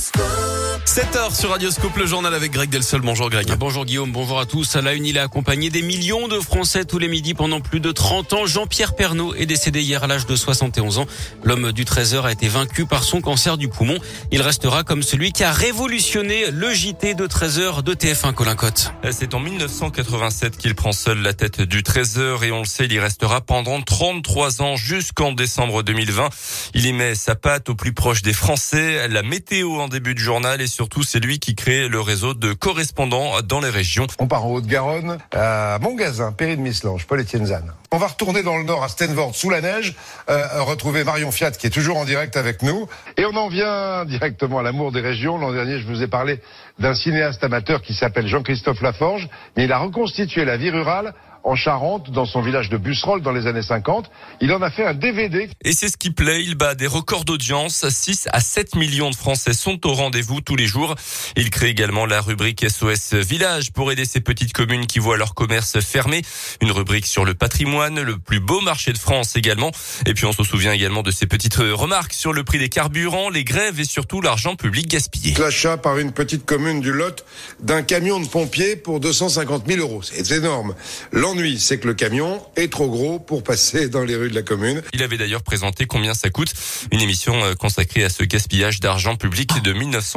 7h sur Radioscope, le journal avec Greg Delsol. Bonjour Greg. Bonjour Guillaume, bonjour à tous. À la une, il a accompagné des millions de Français tous les midis pendant plus de 30 ans. Jean-Pierre Pernaut est décédé hier à l'âge de 71 ans. L'homme du 13h a été vaincu par son cancer du poumon. Il restera comme celui qui a révolutionné le JT de 13h de TF1 Colin Cotte. C'est en 1987 qu'il prend seul la tête du 13h et on le sait, il y restera pendant 33 ans jusqu'en décembre 2020. Il y met sa patte au plus proche des Français, la météo en début de journal et surtout c'est lui qui crée le réseau de correspondants dans les régions. On part en Haute-Garonne, à Montgazin, Péry de Mislange, Paul-Étienne Zan. On va retourner dans le nord à Stenvord sous la neige, retrouver Marion Fiat qui est toujours en direct avec nous. Et on en vient directement à l'amour des régions. L'an dernier, je vous ai parlé d'un cinéaste amateur qui s'appelle Jean-Christophe Laforge, mais il a reconstitué la vie rurale en Charente, dans son village de Busserolles dans les années 50. Il en a fait un DVD. Et c'est ce qui plaît, il bat des records d'audience. 6 à 7 millions de Français sont au rendez-vous tous les jours. Il crée également la rubrique SOS Village pour aider ces petites communes qui voient leur commerce fermé. Une rubrique sur le patrimoine, le plus beau marché de France également. Et puis on se souvient également de ces petites remarques sur le prix des carburants, les grèves et surtout l'argent public gaspillé. L'achat par une petite commune du Lot d'un camion de pompiers pour 250 000 €. C'est énorme. L'ennui, c'est que le camion est trop gros pour passer dans les rues de la commune. Il avait d'ailleurs présenté Combien ça coûte, une émission consacrée à ce gaspillage d'argent public de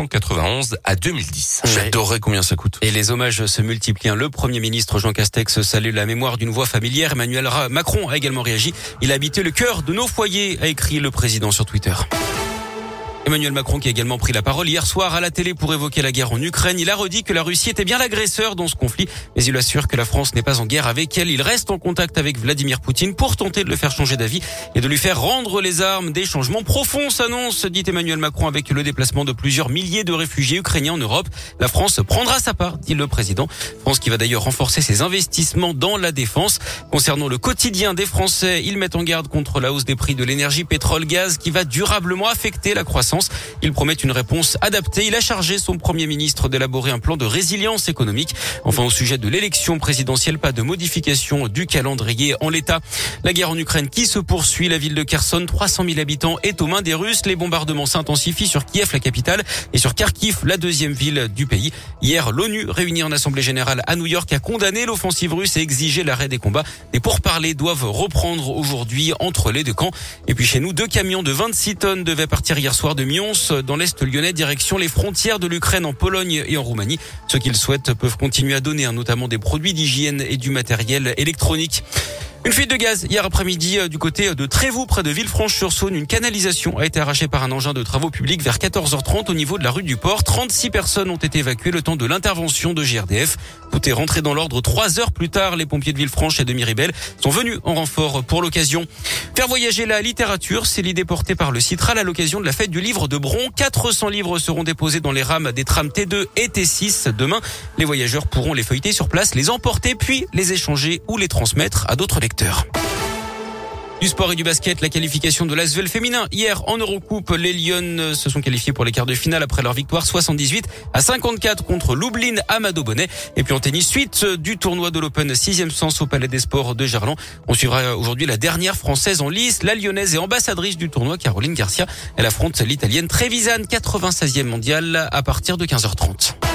1991 à 2010. J'adorerais Combien ça coûte. Et les hommages se multiplient. Le Premier ministre Jean Castex salue la mémoire d'une voix familière. Emmanuel Macron a également réagi. Il a habité le cœur de nos foyers, a écrit le président sur Twitter. Emmanuel Macron qui a également pris la parole hier soir à la télé pour évoquer la guerre en Ukraine. Il a redit que la Russie était bien l'agresseur dans ce conflit, mais il assure que la France n'est pas en guerre avec elle. Il reste en contact avec Vladimir Poutine pour tenter de le faire changer d'avis et de lui faire rendre les armes. Des changements profonds s'annoncent, dit Emmanuel Macron, avec le déplacement de plusieurs milliers de réfugiés ukrainiens en Europe. La France prendra sa part, dit le président. France qui va d'ailleurs renforcer ses investissements dans la défense. Concernant le quotidien des Français, ils mettent en garde contre la hausse des prix de l'énergie, pétrole, gaz, qui va durablement affecter la croissance. Il promet une réponse adaptée. Il a chargé son Premier ministre d'élaborer un plan de résilience économique. Enfin, au sujet de l'élection présidentielle, pas de modification du calendrier en l'état. La guerre en Ukraine qui se poursuit. La ville de Kherson, 300 000 habitants, est aux mains des Russes. Les bombardements s'intensifient sur Kiev, la capitale, et sur Kharkiv, la deuxième ville du pays. Hier, l'ONU, réunie en Assemblée générale à New York, a condamné l'offensive russe et exigé l'arrêt des combats. Des pourparlers doivent reprendre aujourd'hui entre les deux camps. Et puis chez nous, 2 camions de 26 tonnes devaient partir hier soir de Mions, dans l'Est lyonnais, direction les frontières de l'Ukraine en Pologne et en Roumanie. Ceux qui le souhaitent peuvent continuer à donner, notamment des produits d'hygiène et du matériel électronique. Une fuite de gaz hier après-midi du côté de Trévoux, près de Villefranche-sur-Saône. Une canalisation a été arrachée par un engin de travaux publics vers 14h30 au niveau de la rue du Port. 36 personnes ont été évacuées le temps de l'intervention de GRDF. Tout est rentré dans l'ordre 3 heures plus tard. Les pompiers de Villefranche et de Miribel sont venus en renfort pour l'occasion. Faire voyager la littérature, c'est l'idée portée par le Citral à l'occasion de la fête du livre de Bron. 400 livres seront déposés dans les rames des trams T2 et T6 demain. Les voyageurs pourront les feuilleter sur place, les emporter puis les échanger ou les transmettre à d'autres lecteurs. Du sport et du basket, la qualification de l'Asvel féminin. Hier, en Eurocoupe, les Lyonnes se sont qualifiés pour les quarts de finale après leur victoire 78-54 contre Lublin à Madobonnet. Et puis en tennis, suite du tournoi de l'Open 6e sens au Palais des Sports de Gerland. On suivra aujourd'hui la dernière française en lice, la lyonnaise et ambassadrice du tournoi, Caroline Garcia. Elle affronte l'italienne Trevisan, 96e mondiale à partir de 15h30.